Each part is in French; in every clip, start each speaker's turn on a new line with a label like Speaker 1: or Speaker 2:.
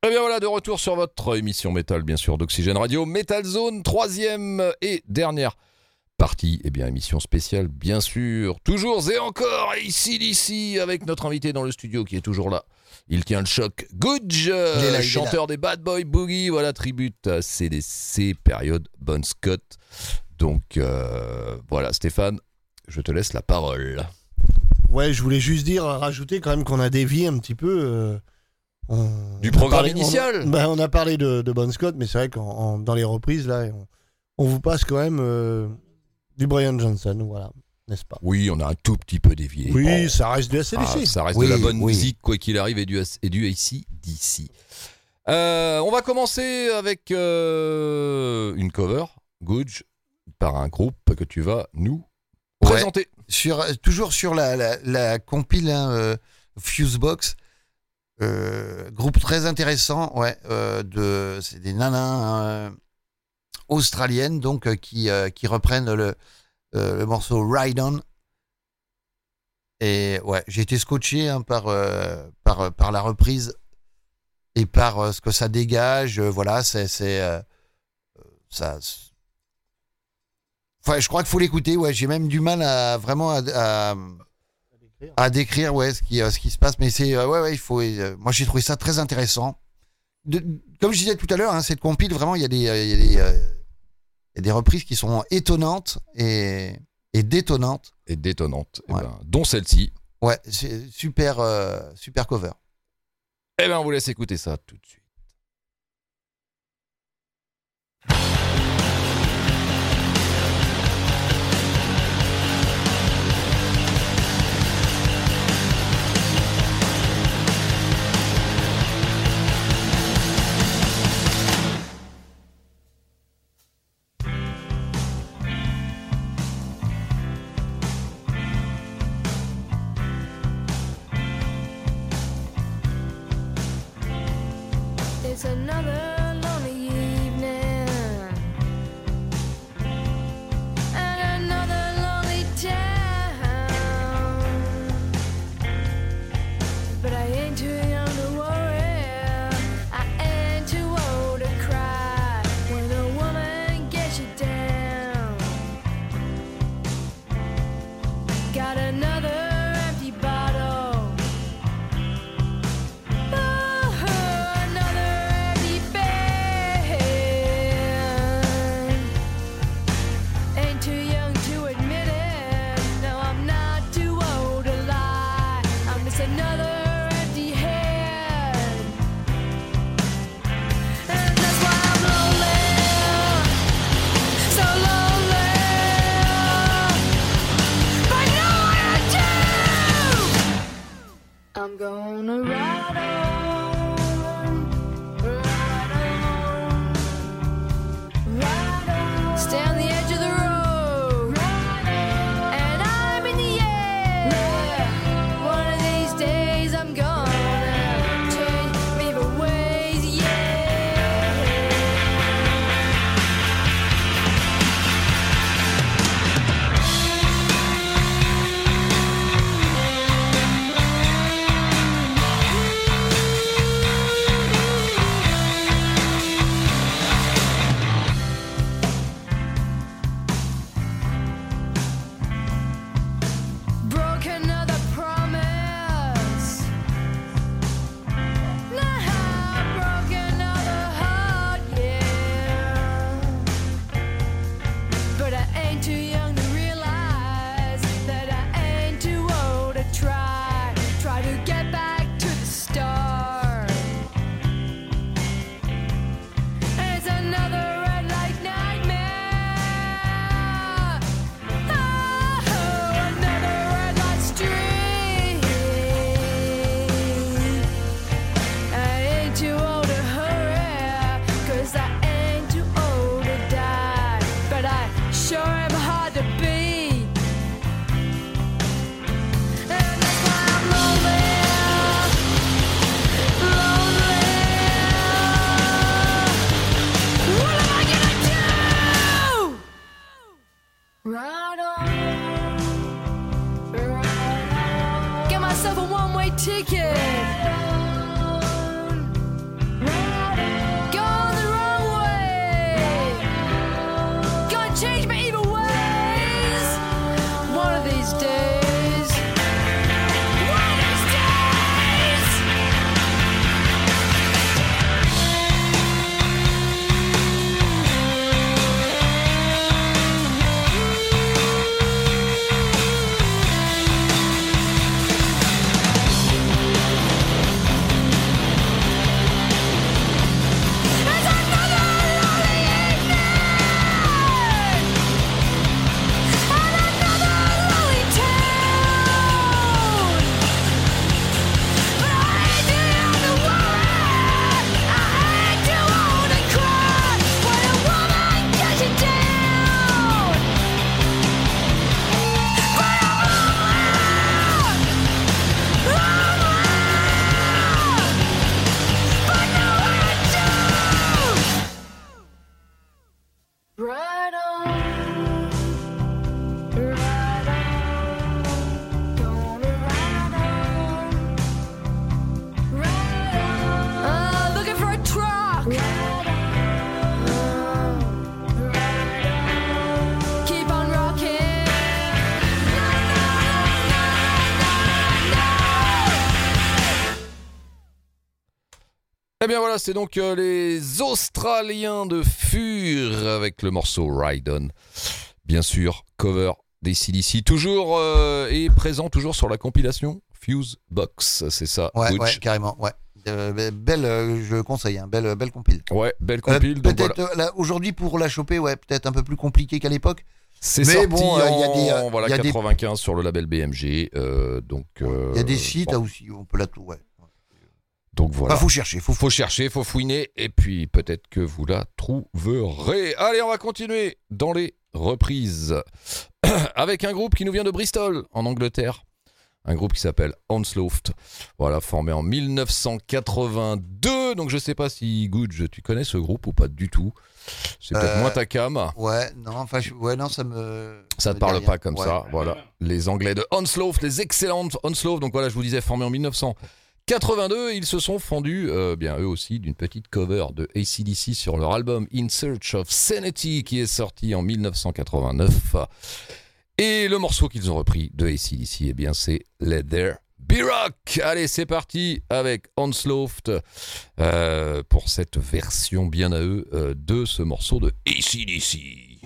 Speaker 1: Et bien voilà, de retour sur votre émission métal, bien sûr, d'Oxygène Radio, Metal Zone, troisième et dernière partie. Eh bien, émission spéciale, bien sûr, toujours et encore, ici, d'ici, avec notre invité dans le studio qui est toujours là. Il tient le choc. Gudge, chanteur des Bad Boy Boogie, voilà, tribute à CDC, période Bon Scott. Donc, voilà, Stéphane, je te laisse la parole.
Speaker 2: Ouais, je voulais juste rajouter quand même qu'on a dévié un petit peu...
Speaker 1: du programme initial.
Speaker 2: On a parlé de Bon Scott, mais c'est vrai que dans les reprises, là, on vous passe quand même du Brian Johnson, voilà, n'est-ce pas?
Speaker 1: Oui, on a un tout petit peu dévié.
Speaker 2: Oui, bon, ça reste du AC/DC.
Speaker 1: Ça reste de la bonne musique, quoi qu'il arrive, et du AC/DC. On va commencer avec une cover, Gudge, par un groupe que tu vas nous présenter.
Speaker 3: Toujours sur la compile Fusebox. Groupe très intéressant, c'est des nanas australiennes donc qui reprennent le morceau Ride On. Et j'ai été scotché par la reprise et par ce que ça dégage. Voilà, c'est ça. Enfin, je crois qu'il faut l'écouter. Ouais, j'ai même du mal à décrire ce qui se passe, mais c'est il faut. Moi, j'ai trouvé ça très intéressant. Comme je disais tout à l'heure, cette compile, vraiment, il y a des reprises qui sont étonnantes et détonnantes.
Speaker 1: Et détonnantes, dont celle-ci.
Speaker 3: Ouais, c'est super cover.
Speaker 1: Eh bien, on vous laisse écouter ça tout de suite.
Speaker 4: It's another lonely evening and another lonely town, but I ain't too young to worry, I ain't too old to cry when a woman gets you down. Got another empty bottle, another empty bed.
Speaker 1: Eh bien voilà, c'est donc les Australiens de Fur avec le morceau Ride On. Bien sûr, cover d'ACDC, toujours et présent toujours sur la compilation Fuse Box, c'est ça.
Speaker 3: Ouais,
Speaker 1: Butch.
Speaker 3: ouais, carrément, ouais. Belle, je conseille, hein, belle compile.
Speaker 1: Ouais, belle compile. Donc
Speaker 3: Peut-être
Speaker 1: voilà.
Speaker 3: là, aujourd'hui pour la choper, ouais, peut-être un peu plus compliqué qu'à l'époque.
Speaker 1: C'est
Speaker 3: mais
Speaker 1: sorti
Speaker 3: bon,
Speaker 1: en
Speaker 3: il y a des,
Speaker 1: voilà,
Speaker 3: il y a des-
Speaker 1: 95 sur le label BMG. Donc,
Speaker 3: Il y a des sites
Speaker 1: bon.
Speaker 3: là aussi, on peut la trouver. Ouais.
Speaker 1: Donc voilà.
Speaker 3: Enfin, faut chercher,
Speaker 1: Faut chercher, faut fouiner, et puis peut-être que vous la trouverez. Allez, on va continuer dans les reprises avec un groupe qui nous vient de Bristol, en Angleterre. Un groupe qui s'appelle Onslaught. Voilà, formé en 1982. Donc je sais pas si Gouge, tu connais ce groupe ou pas du tout. C'est peut-être moins ta cam.
Speaker 3: Ouais, non, enfin, non, ça me.
Speaker 1: Ça te
Speaker 3: me
Speaker 1: parle
Speaker 3: dit
Speaker 1: pas
Speaker 3: rien.
Speaker 1: comme
Speaker 3: Ouais.
Speaker 1: ça. Voilà. Les Anglais de Onslaught, les excellents Onslaught. Donc voilà, je vous disais, formés en 1982, ils se sont fondus, bien eux aussi, d'une petite cover de AC/DC sur leur album In Search of Sanity qui est sorti en 1989. Et le morceau qu'ils ont repris de AC/DC, eh bien c'est Let There Be Rock. Allez, c'est parti avec Onslaught pour cette version bien à eux de ce morceau de AC/DC.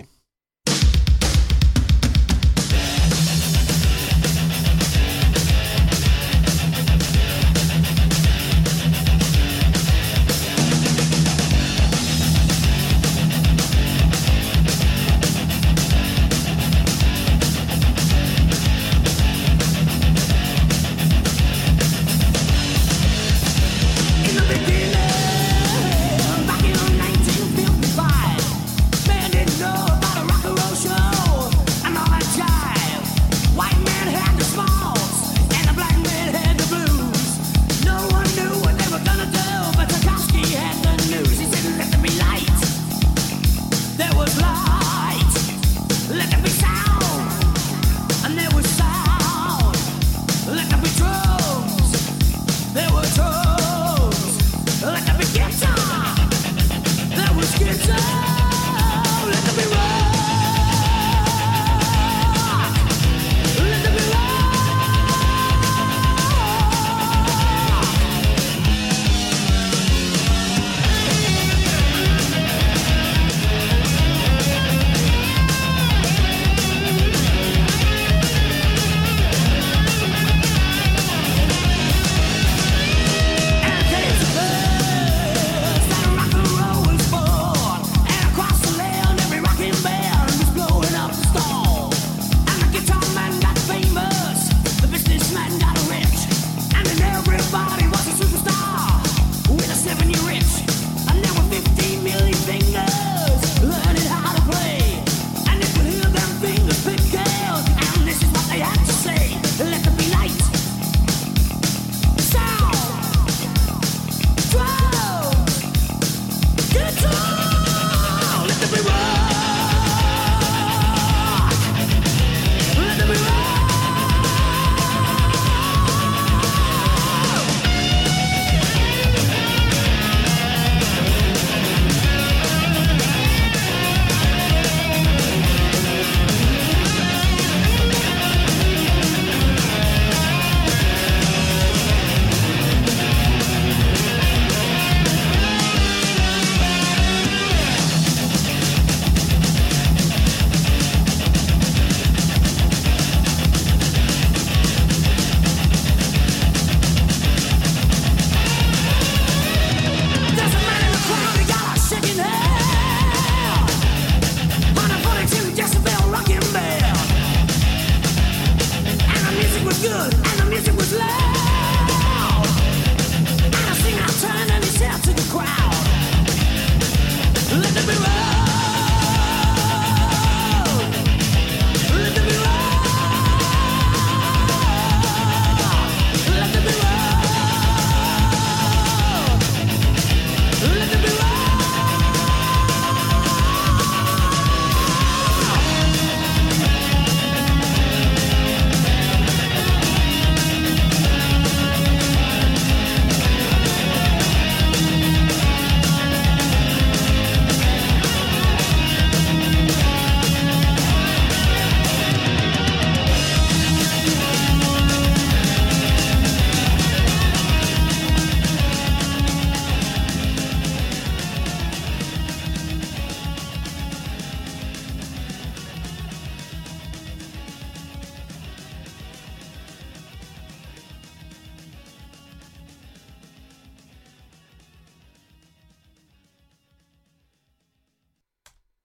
Speaker 5: In the beginning, back in 1955, man didn't know about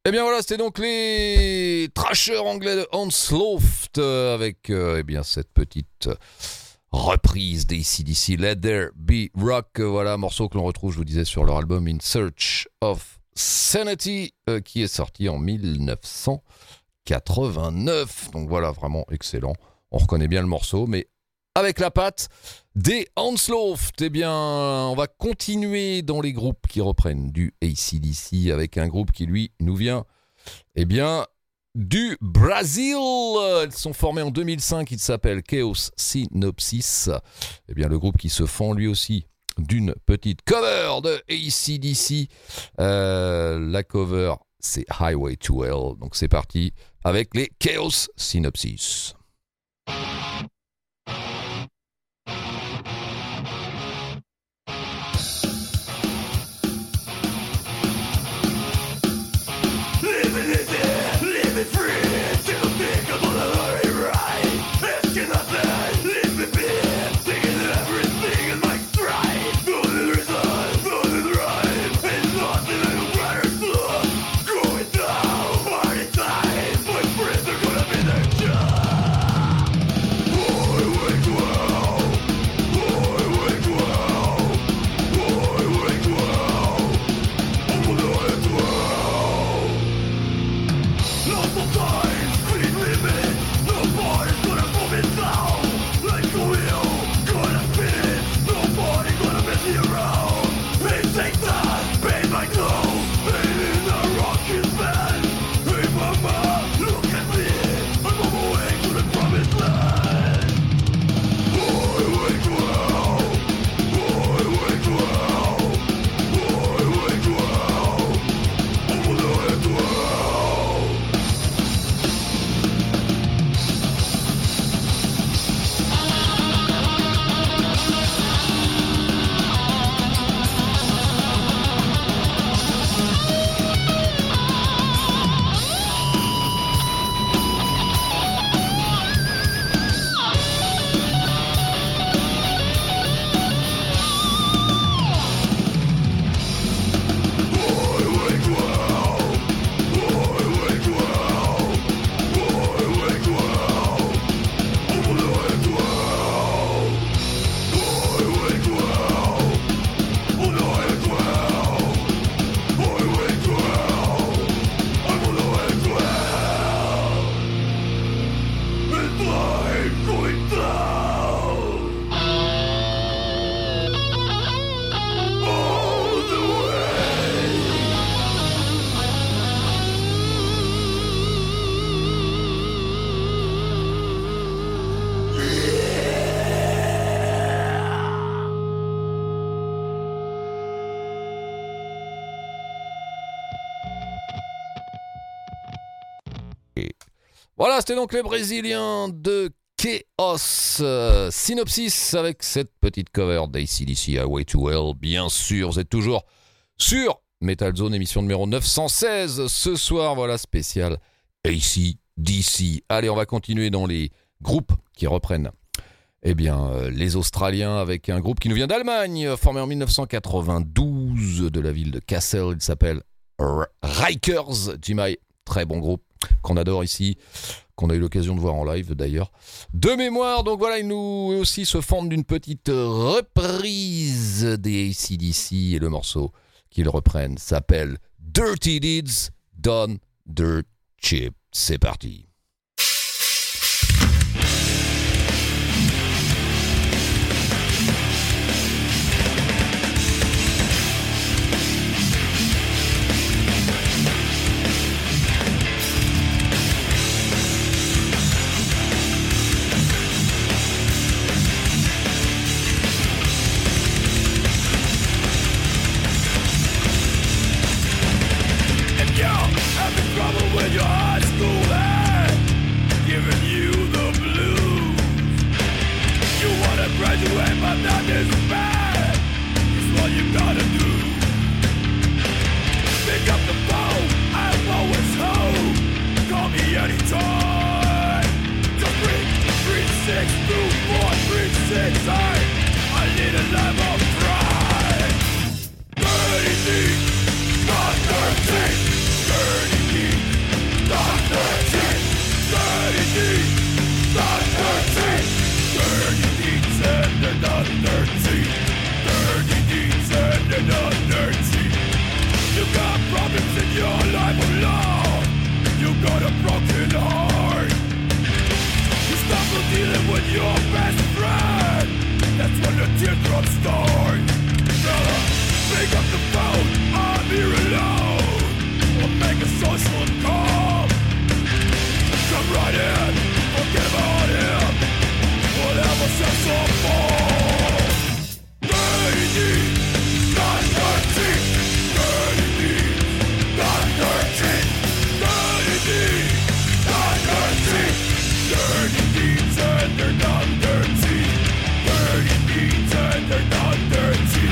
Speaker 1: Eh bien voilà, c'était donc les trashers anglais de Hans Loft avec eh bien cette petite reprise des AC/DC, Let There Be Rock. Voilà, morceau que l'on retrouve, je vous disais, sur leur album In Search of Sanity qui est sorti en 1989. Donc voilà, vraiment excellent. On reconnaît bien le morceau, mais avec la patte des Hans Loft. Eh bien, on va continuer dans les groupes qui reprennent du AC/DC avec un groupe qui, lui, nous vient, eh bien, du Brésil. Ils sont formés en 2005, ils s'appellent Chaos Synopsis. Eh bien, le groupe qui se fend lui aussi d'une petite cover de AC/DC. La cover, c'est Highway to Hell. Donc, c'est parti avec les Chaos Synopsis. Voilà, c'était donc les Brésiliens de Chaos Synopsis avec cette petite cover d'AC/DC Highway to Hell. Bien sûr, vous êtes toujours sur Metal Zone, émission numéro 916. Ce soir, voilà, spécial AC/DC. Allez, on va continuer dans les groupes qui reprennent. Eh bien, les Australiens avec un groupe qui nous vient d'Allemagne, formé en 1992 de la ville de Kassel. Il s'appelle Rikers Jimai. Très bon groupe qu'on adore ici, qu'on a eu l'occasion de voir en live d'ailleurs. De mémoire, donc voilà, ils nous aussi se fondent d'une petite reprise des AC/DC et le morceau qu'ils reprennent s'appelle Dirty Deeds Done Dirt Cheap. C'est parti.
Speaker 5: With your high school head, giving you the blues. You wanna graduate but not despair. It's what you gotta do. Pick up the phone, I'm always home. Call me anytime. Just 3-6-2-4-3-6-8. I need a life of pride. Dirty deeds, not dirty. Dirty deeds. happens in your life alone. You got a broken heart. You stop dealing with your best friend. That's when the teardrops start. Fella, pick up the phone. I'm here alone. Or make a social call. Come right in. Forget about him. Whatever sets so fall. Dirty, not dirty. Dirty, not dirty. Dirty, not dirty. Dirty deeds and they're not dirty. Dirty deeds and they're not dirty.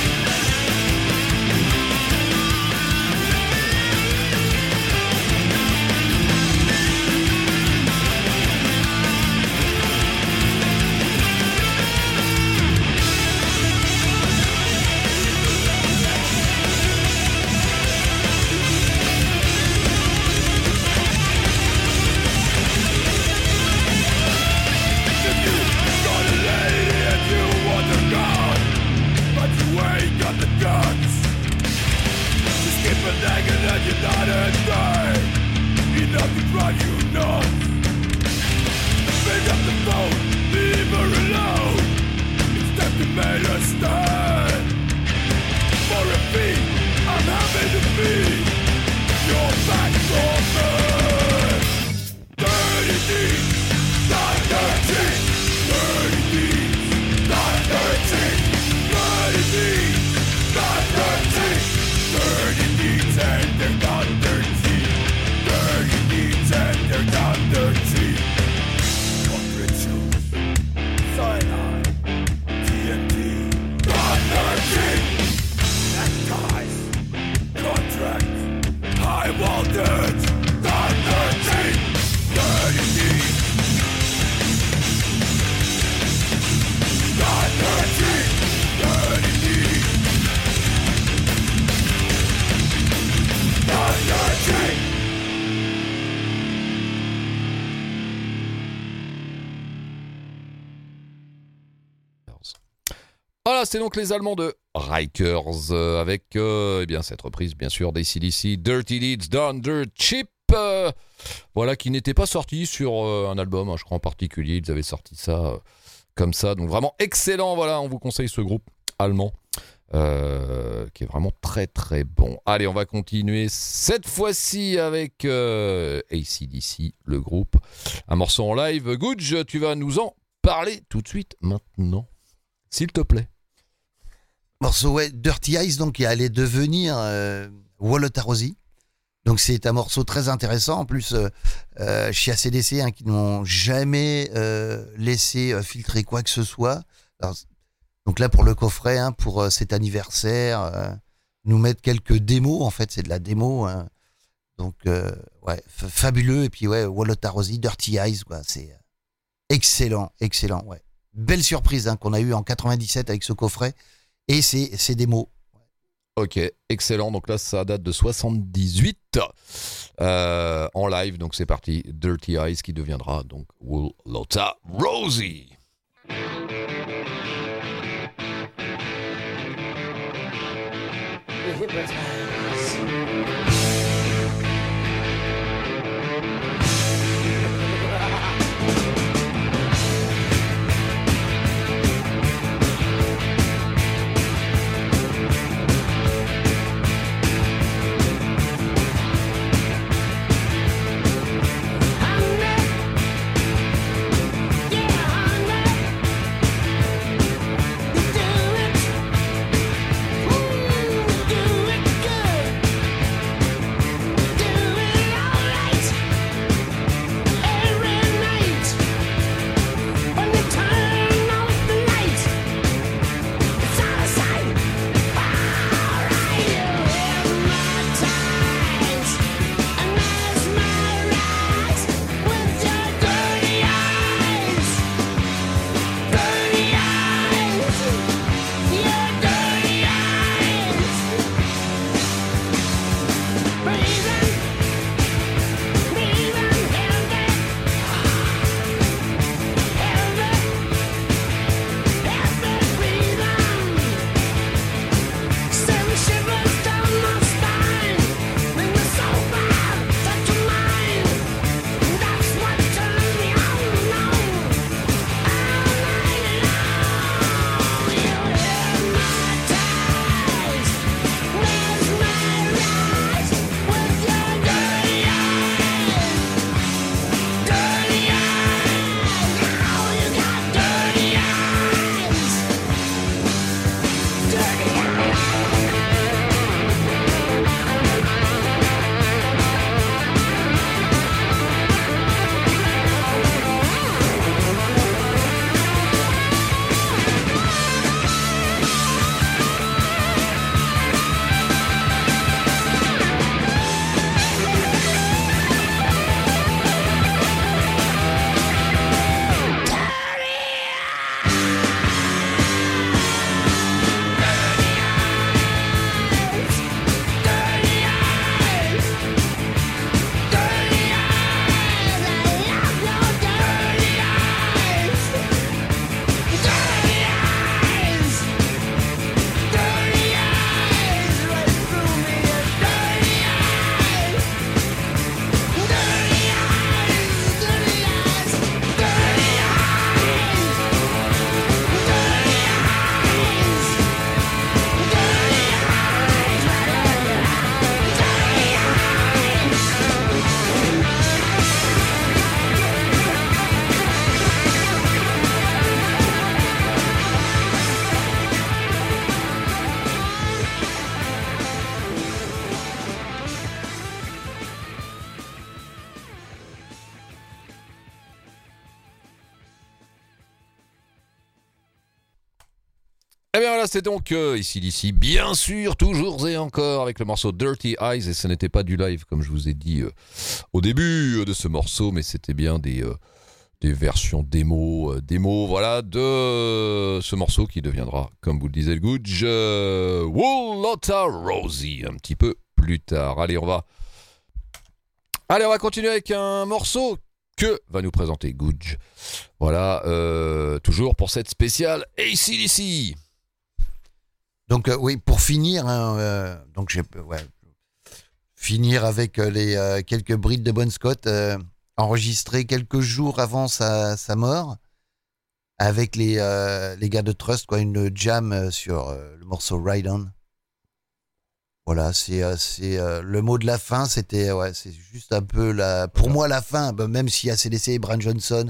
Speaker 1: Voilà, c'est donc les Allemands de Rikers avec eh bien, cette reprise, bien sûr, d'ACDC, Dirty Deeds Done Dirt Cheap. Voilà, qui n'était pas sorti sur un album, hein, je crois en particulier. Ils avaient sorti ça comme ça. Donc vraiment excellent. Voilà, on vous conseille ce groupe allemand qui est vraiment très très bon. Allez, on va continuer cette fois-ci avec AC/DC, le groupe. Un morceau en live. Gouj, tu vas nous en parler tout de suite maintenant, s'il te plaît.
Speaker 3: Morceau, ouais, Dirty Eyes, donc, qui allait devenir Wolotarosi. Donc, c'est un morceau très intéressant. En plus, chez AC/DC, hein, qui n'ont jamais laissé filtrer quoi que ce soit. Alors, donc là, pour le coffret, hein, pour cet anniversaire, nous mettre quelques démos. En fait, c'est de la démo. Hein. Donc, ouais, fabuleux. Et puis, ouais, Wolotarosi, Dirty Eyes, quoi. C'est excellent, excellent, ouais. Belle surprise hein, qu'on a eue en 97 avec ce coffret. Et c'est des mots.
Speaker 1: Ok, excellent. Donc là, ça date de 78 en live. Donc c'est parti. Dirty Eyes qui deviendra donc Wolotarosi.
Speaker 4: Do it good.
Speaker 1: Eh bien voilà, c'est donc ici, bien sûr, toujours et encore avec le morceau Dirty Eyes, et ce n'était pas du live comme je vous ai dit au début de ce morceau, mais c'était bien des versions démo, voilà, de ce morceau qui deviendra, comme vous le disiez, le Gouge, Lotta Rosie, un petit peu plus tard. Allez, on va continuer avec un morceau que va nous présenter Gouge. Voilà, toujours pour cette spéciale AC/DC.
Speaker 3: Donc oui, pour finir, finir avec les quelques brides de Bon Scott enregistrés quelques jours avant sa mort avec les gars de Trust, quoi, une jam sur le morceau Ride On. Voilà, c'est le mot de la fin. C'était c'est juste un peu pour moi la fin. Même si AC/DC et Brian Johnson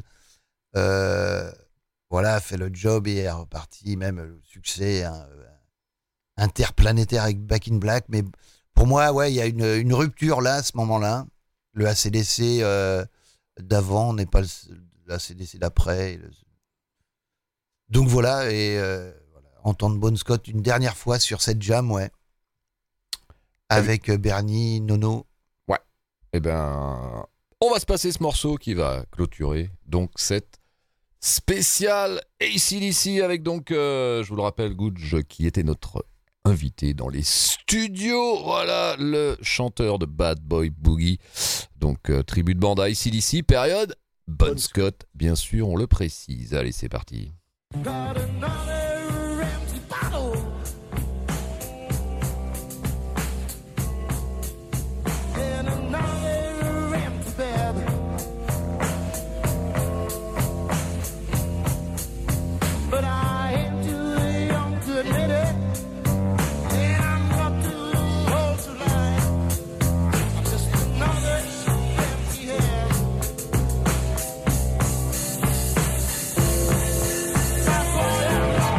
Speaker 3: fait le job et est reparti, même le succès interplanétaire avec Back in Black, mais pour moi, il y a une rupture là, à ce moment-là. Le AC/DC d'avant n'est pas l'ACDC d'après. Donc voilà, et entendre Bon Scott une dernière fois sur cette jam, avec Bernie, Nono.
Speaker 1: Ouais, et ben, on va se passer ce morceau qui va clôturer donc cette spéciale AC/DC avec donc, je vous le rappelle, Gouge qui était notre invité dans les studios, voilà, le chanteur de Bad Boy Boogie, donc tribu de bande à AC/DC, période Bon Scott, bien sûr, on le précise. Allez, c'est parti.
Speaker 5: Yeah.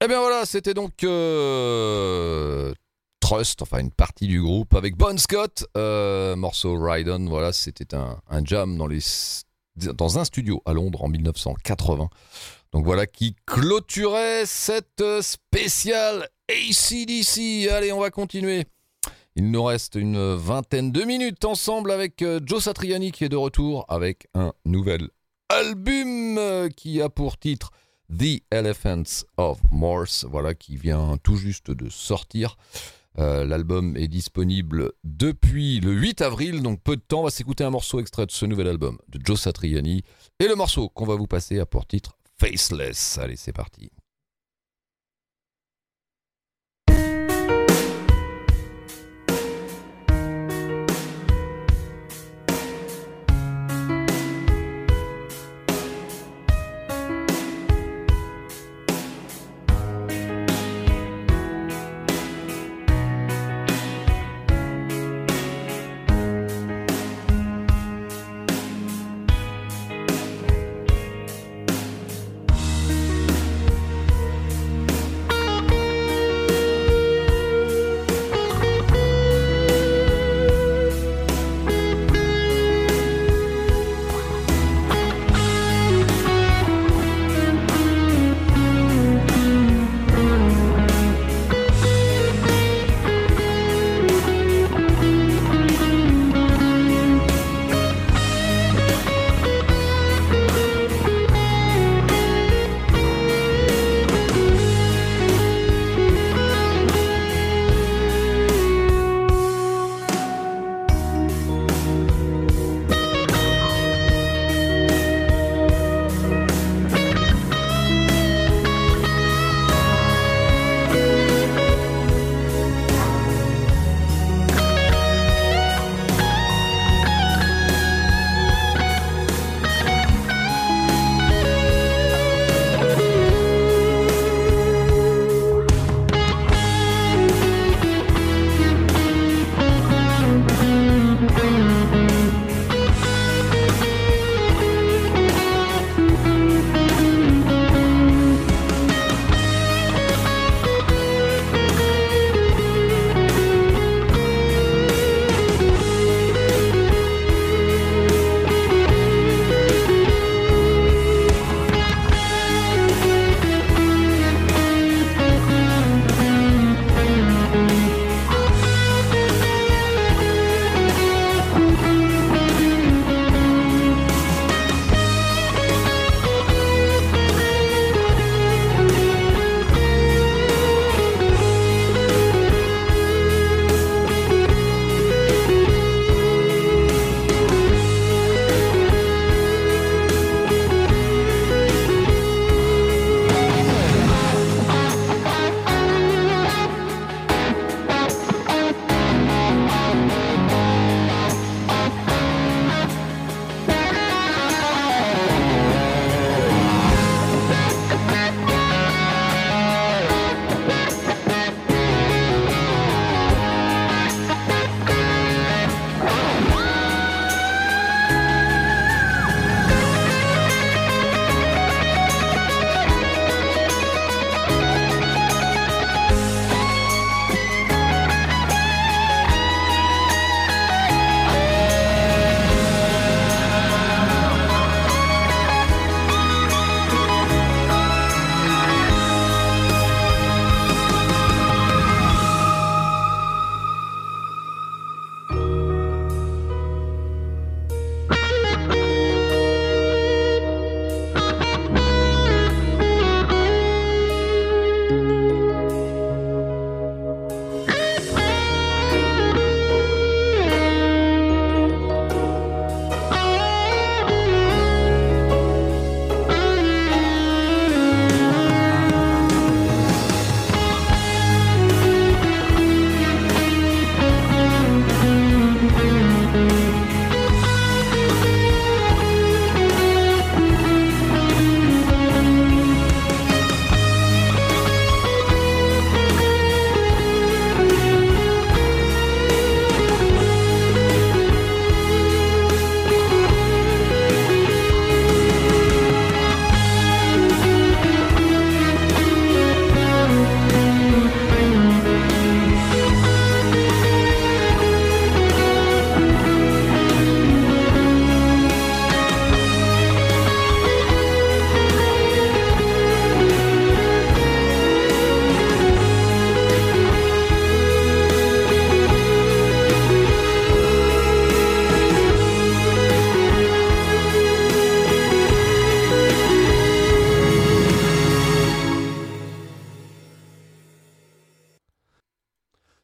Speaker 1: Eh bien voilà, c'était donc Trust, enfin une partie du groupe avec Bon Scott, morceau Ride On. Voilà, c'était un jam dans un studio à Londres en 1980. Donc voilà qui clôturait cette spéciale AC/DC. Allez, on va continuer. Il nous reste une vingtaine de minutes ensemble avec Joe Satriani qui est de retour avec un nouvel album qui a pour titre The Elephants of Morse, voilà, qui vient tout juste de sortir. L'album est disponible depuis le 8 avril, donc peu de temps. On va s'écouter un morceau extrait de ce nouvel album de Joe Satriani. Et le morceau qu'on va vous passer a pour titre Faceless. Allez, c'est parti.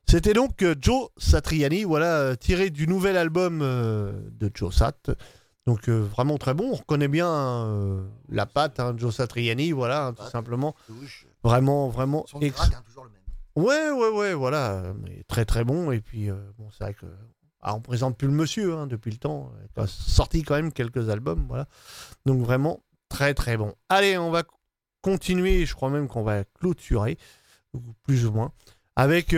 Speaker 2: C'était donc Joe Satriani, voilà, tiré du nouvel album de Joe Sat. Donc vraiment très bon, on reconnaît bien la patte, hein, Joe Satriani, voilà, hein, tout simplement. Vraiment, vraiment.
Speaker 3: Son grade, hein, toujours le même.
Speaker 2: Ouais, voilà, mais très très bon. Et puis, bon, c'est vrai que. On présente plus le monsieur hein, depuis le temps. Il a sorti quand même quelques albums, voilà. Donc vraiment très très bon. Allez, on va continuer, je crois même qu'on va clôturer, plus ou moins, avec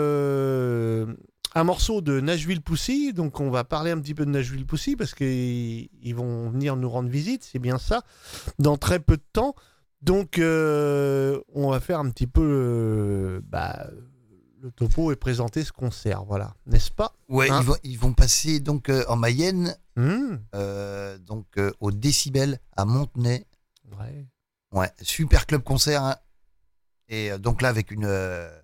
Speaker 2: un morceau de Nashville Pussy. Donc on va parler un petit peu de Nashville Pussy parce qu'ils vont venir nous rendre visite, c'est bien ça, dans très peu de temps. Donc on va faire un petit peu le topo et présenter ce concert, voilà, n'est-ce pas?
Speaker 3: Ouais,
Speaker 2: hein,
Speaker 3: ils vont passer donc en Mayenne, donc au Décibel à Montenay.
Speaker 2: Ouais.
Speaker 3: Ouais, super club concert. Hein. Et donc là, avec une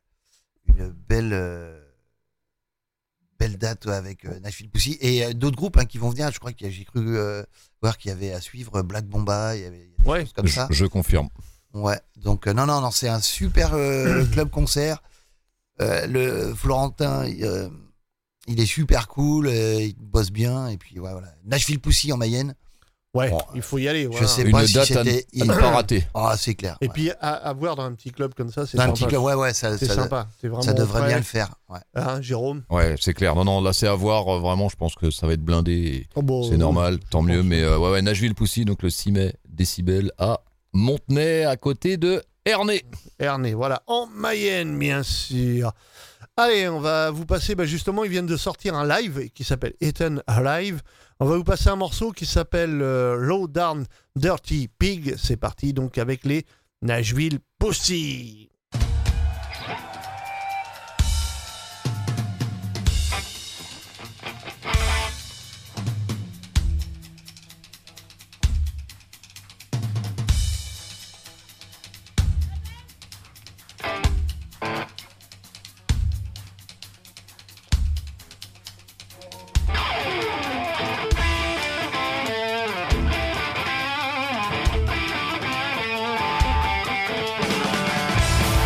Speaker 3: belle date avec Nashville Pussy et d'autres groupes hein, qui vont venir. Je crois que j'ai cru voir qu'il y avait à suivre Black Bomba, il y avait des choses comme ça.
Speaker 1: Je confirme.
Speaker 3: Ouais, donc non, c'est un super club concert. Le Florentin, il est super cool, il bosse bien. Et puis ouais, voilà. Nashville Pussy en Mayenne.
Speaker 2: Ouais,
Speaker 3: Bon,
Speaker 2: il faut y aller.
Speaker 3: Je
Speaker 2: Voilà.
Speaker 3: sais
Speaker 1: Une
Speaker 3: pas si
Speaker 1: date
Speaker 3: c'était.
Speaker 1: à ne pas rater.
Speaker 3: Ah, c'est clair.
Speaker 2: Et
Speaker 3: ouais.
Speaker 2: puis à voir dans un petit club comme ça, c'est
Speaker 3: Dans un
Speaker 2: sympa.
Speaker 3: petit club, ouais, ça
Speaker 2: C'est sympa. C'est vraiment
Speaker 3: ça devrait
Speaker 2: frais.
Speaker 3: bien le faire. Ouais.
Speaker 2: Hein, Jérôme?
Speaker 1: Ouais, c'est clair. Non, là c'est à voir. Vraiment, je pense que ça va être blindé. Et
Speaker 2: Oh, bon,
Speaker 1: c'est normal, tant mieux.
Speaker 2: pense.
Speaker 1: Mais ouais, Nashville Pussy, donc le 6 mai, Décibel à Montenay, à côté de Ernée.
Speaker 2: Ernée, voilà, en Mayenne, bien sûr. Allez, on va vous passer, justement, ils viennent de sortir un live qui s'appelle Eaten Alive. On va vous passer un morceau qui s'appelle Low Down Dirty Pig. C'est parti, donc, avec les Nashville Pussy.
Speaker 5: Low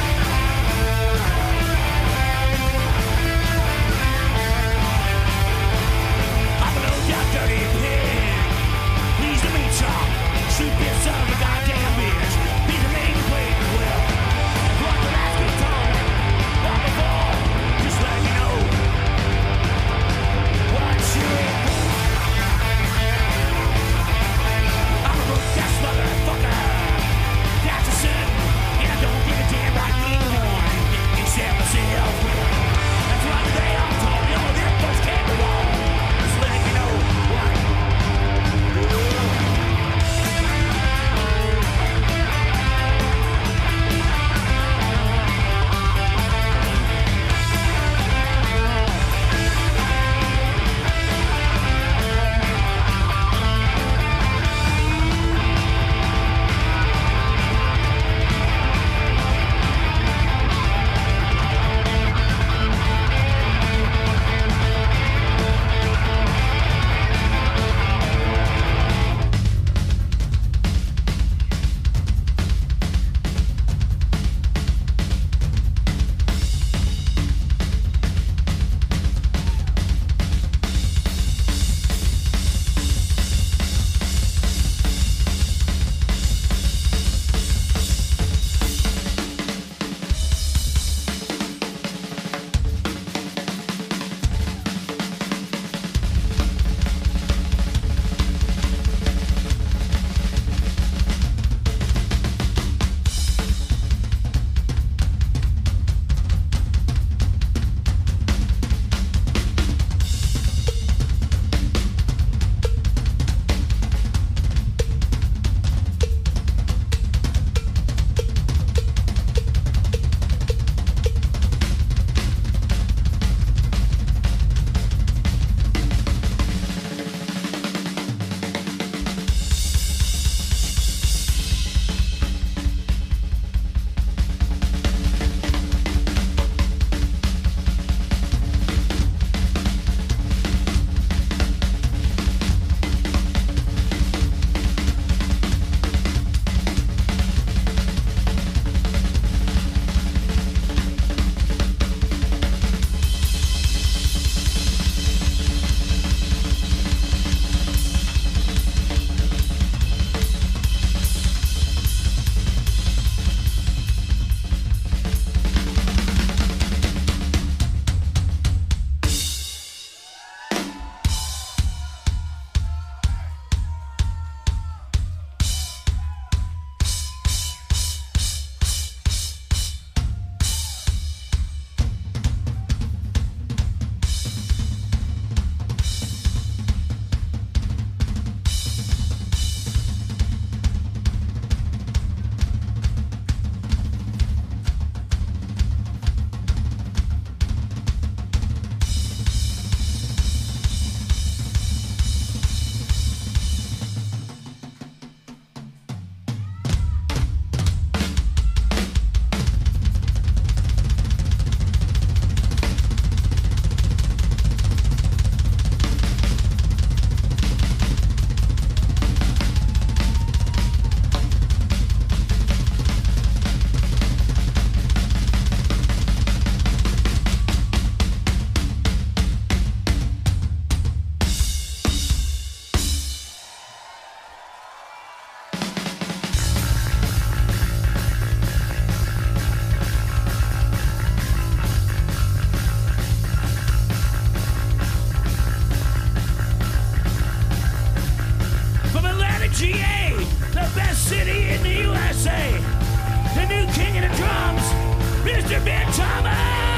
Speaker 5: Soldier Ben Thomas.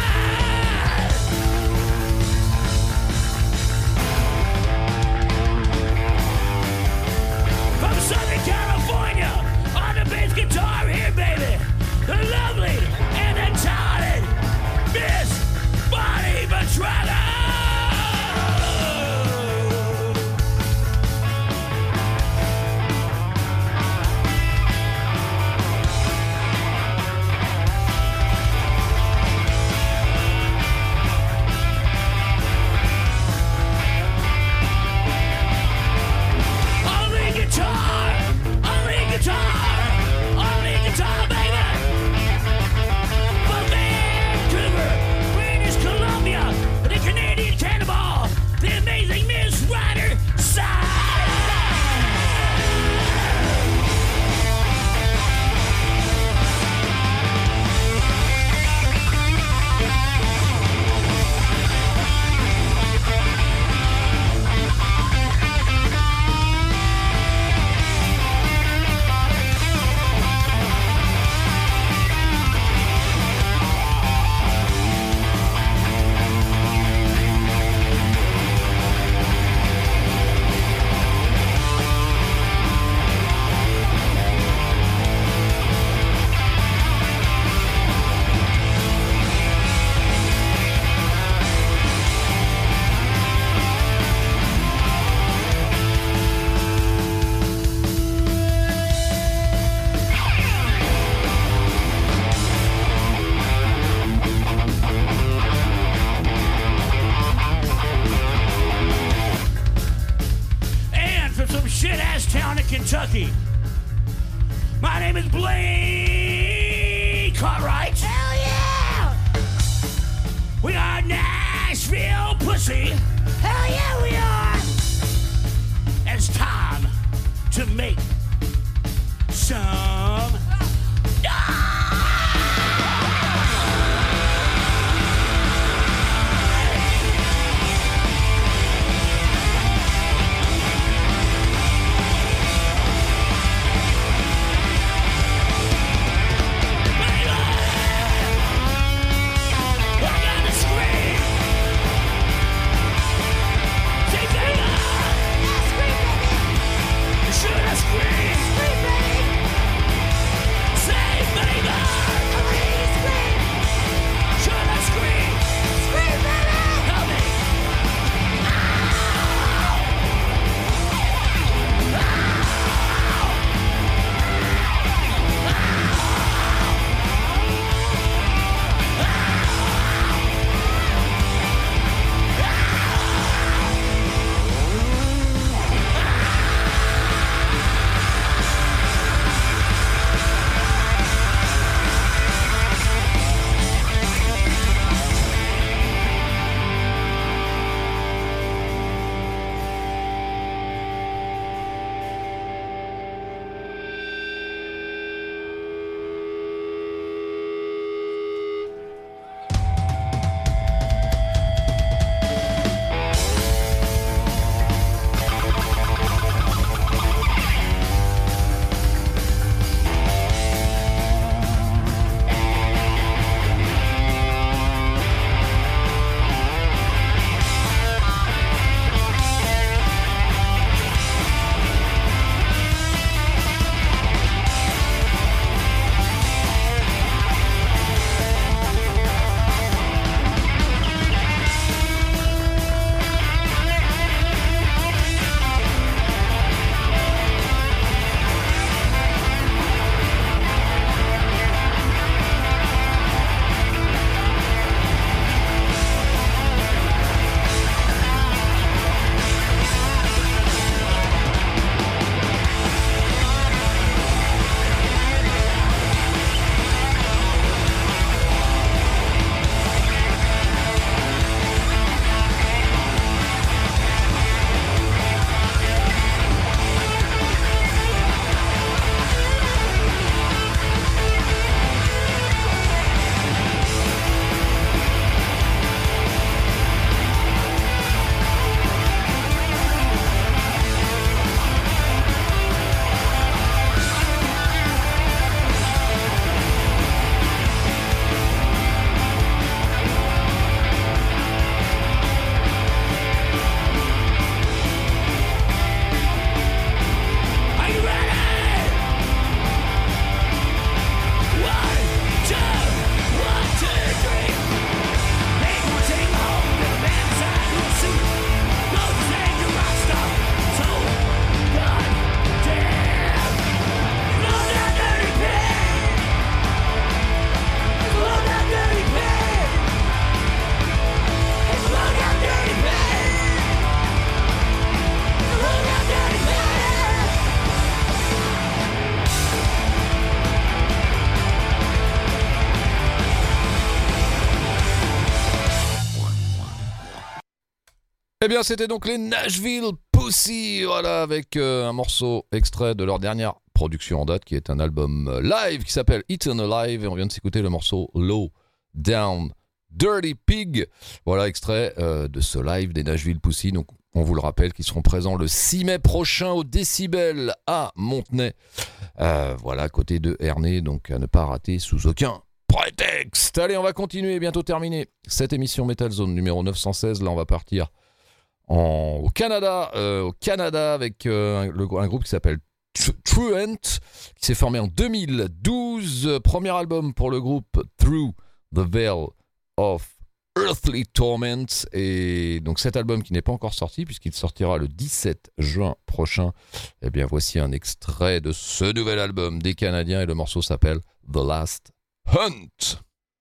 Speaker 5: From Southern California, on the bass guitar here, baby, the lovely and the talented Miss Bonnie Betrago. Only guitar, baby. From Vancouver, British Columbia, the Canadian Cannonball, the amazing Miss Ryder shit-ass town in Kentucky. My name is Blake Cartwright. Hell yeah! We are Nashville Pussy. Hell yeah, we are! It's time to make some... Scream,
Speaker 1: Eh bien, c'était donc les Nashville Pussy, voilà, avec un morceau extrait de leur dernière production en date, qui est un album live qui s'appelle Eaten Alive, et on vient de s'écouter le morceau Low Down Dirty Pig. Voilà, extrait de ce live des Nashville Pussy. Donc, on vous le rappelle qu'ils seront présents le 6 mai prochain au Décibel à Montenay. Voilà, à côté de Ernée, donc à ne pas rater sous aucun prétexte. Allez, on va continuer, bientôt terminé cette émission Metal Zone numéro 916. Là, on va partir au Canada avec un groupe qui s'appelle Truant, qui s'est formé en 2012. Premier album pour le groupe, Through the Veil of Earthly Torment. Et donc cet album qui n'est pas encore sorti, puisqu'il sortira le 17 juin prochain. Eh bien, voici un extrait de ce nouvel album des Canadiens, et le morceau s'appelle The Last Hunt.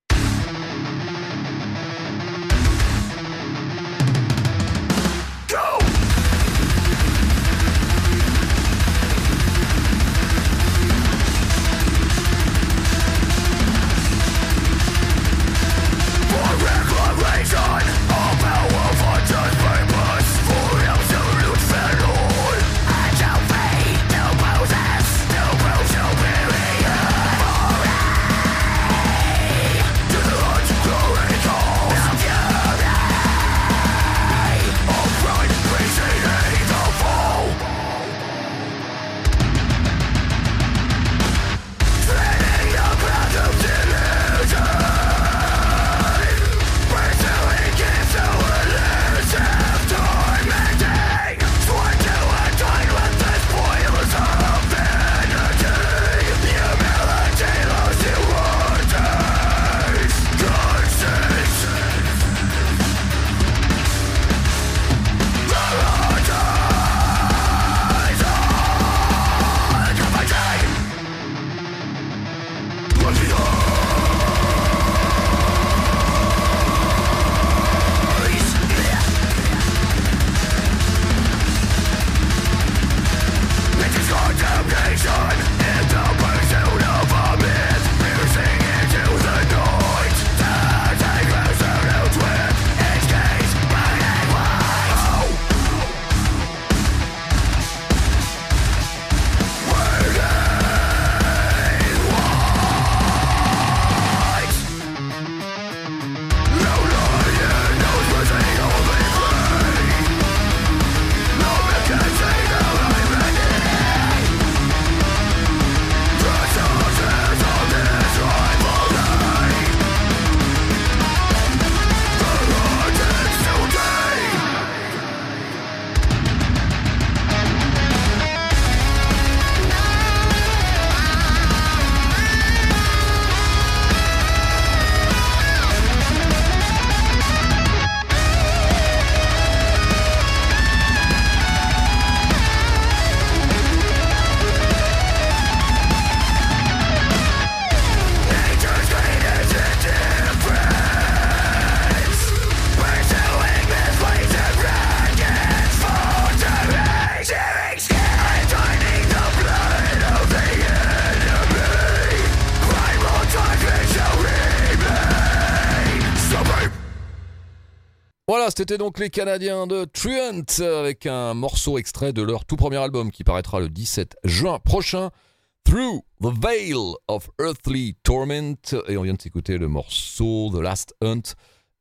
Speaker 1: Voilà, c'était donc les Canadiens de Truant avec un morceau extrait de leur tout premier album qui paraîtra le 17 juin prochain, Through the Veil of Earthly Torment. Et on vient de s'écouter le morceau The Last Hunt,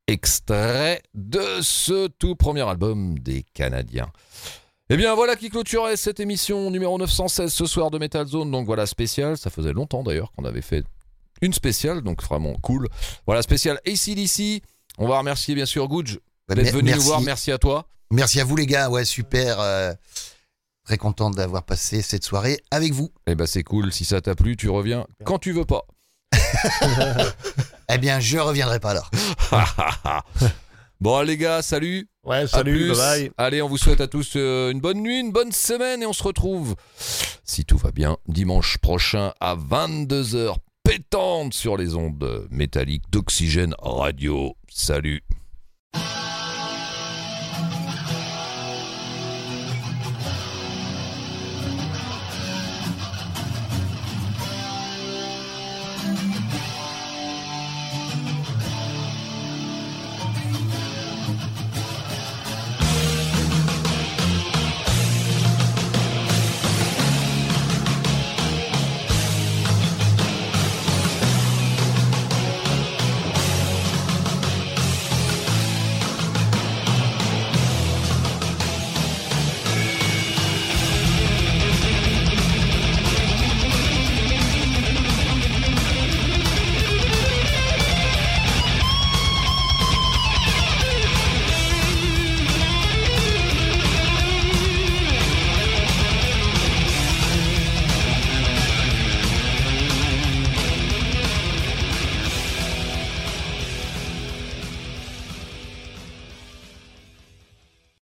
Speaker 1: extrait de ce tout premier album des Canadiens. Et bien voilà qui clôturait cette émission numéro 916 ce soir de Metal Zone. Donc voilà, spécial, ça faisait longtemps d'ailleurs qu'on avait fait une spéciale, donc vraiment cool. Voilà, spécial AC/DC. On va remercier bien sûr Gouj d'être venu nous voir, merci à toi.
Speaker 3: Merci à vous les gars, ouais super, très content d'avoir passé cette soirée avec vous.
Speaker 1: Eh ben c'est cool, si ça t'a plu, tu reviens quand tu veux pas.
Speaker 3: Eh bien je reviendrai pas alors.
Speaker 1: Bon les gars, salut.
Speaker 2: Ouais, salut, bye bye.
Speaker 1: Allez, on vous souhaite à tous une bonne nuit, une bonne semaine, et on se retrouve, si tout va bien, dimanche prochain à 22h pétante sur les ondes métalliques d'Oxygène Radio. Salut.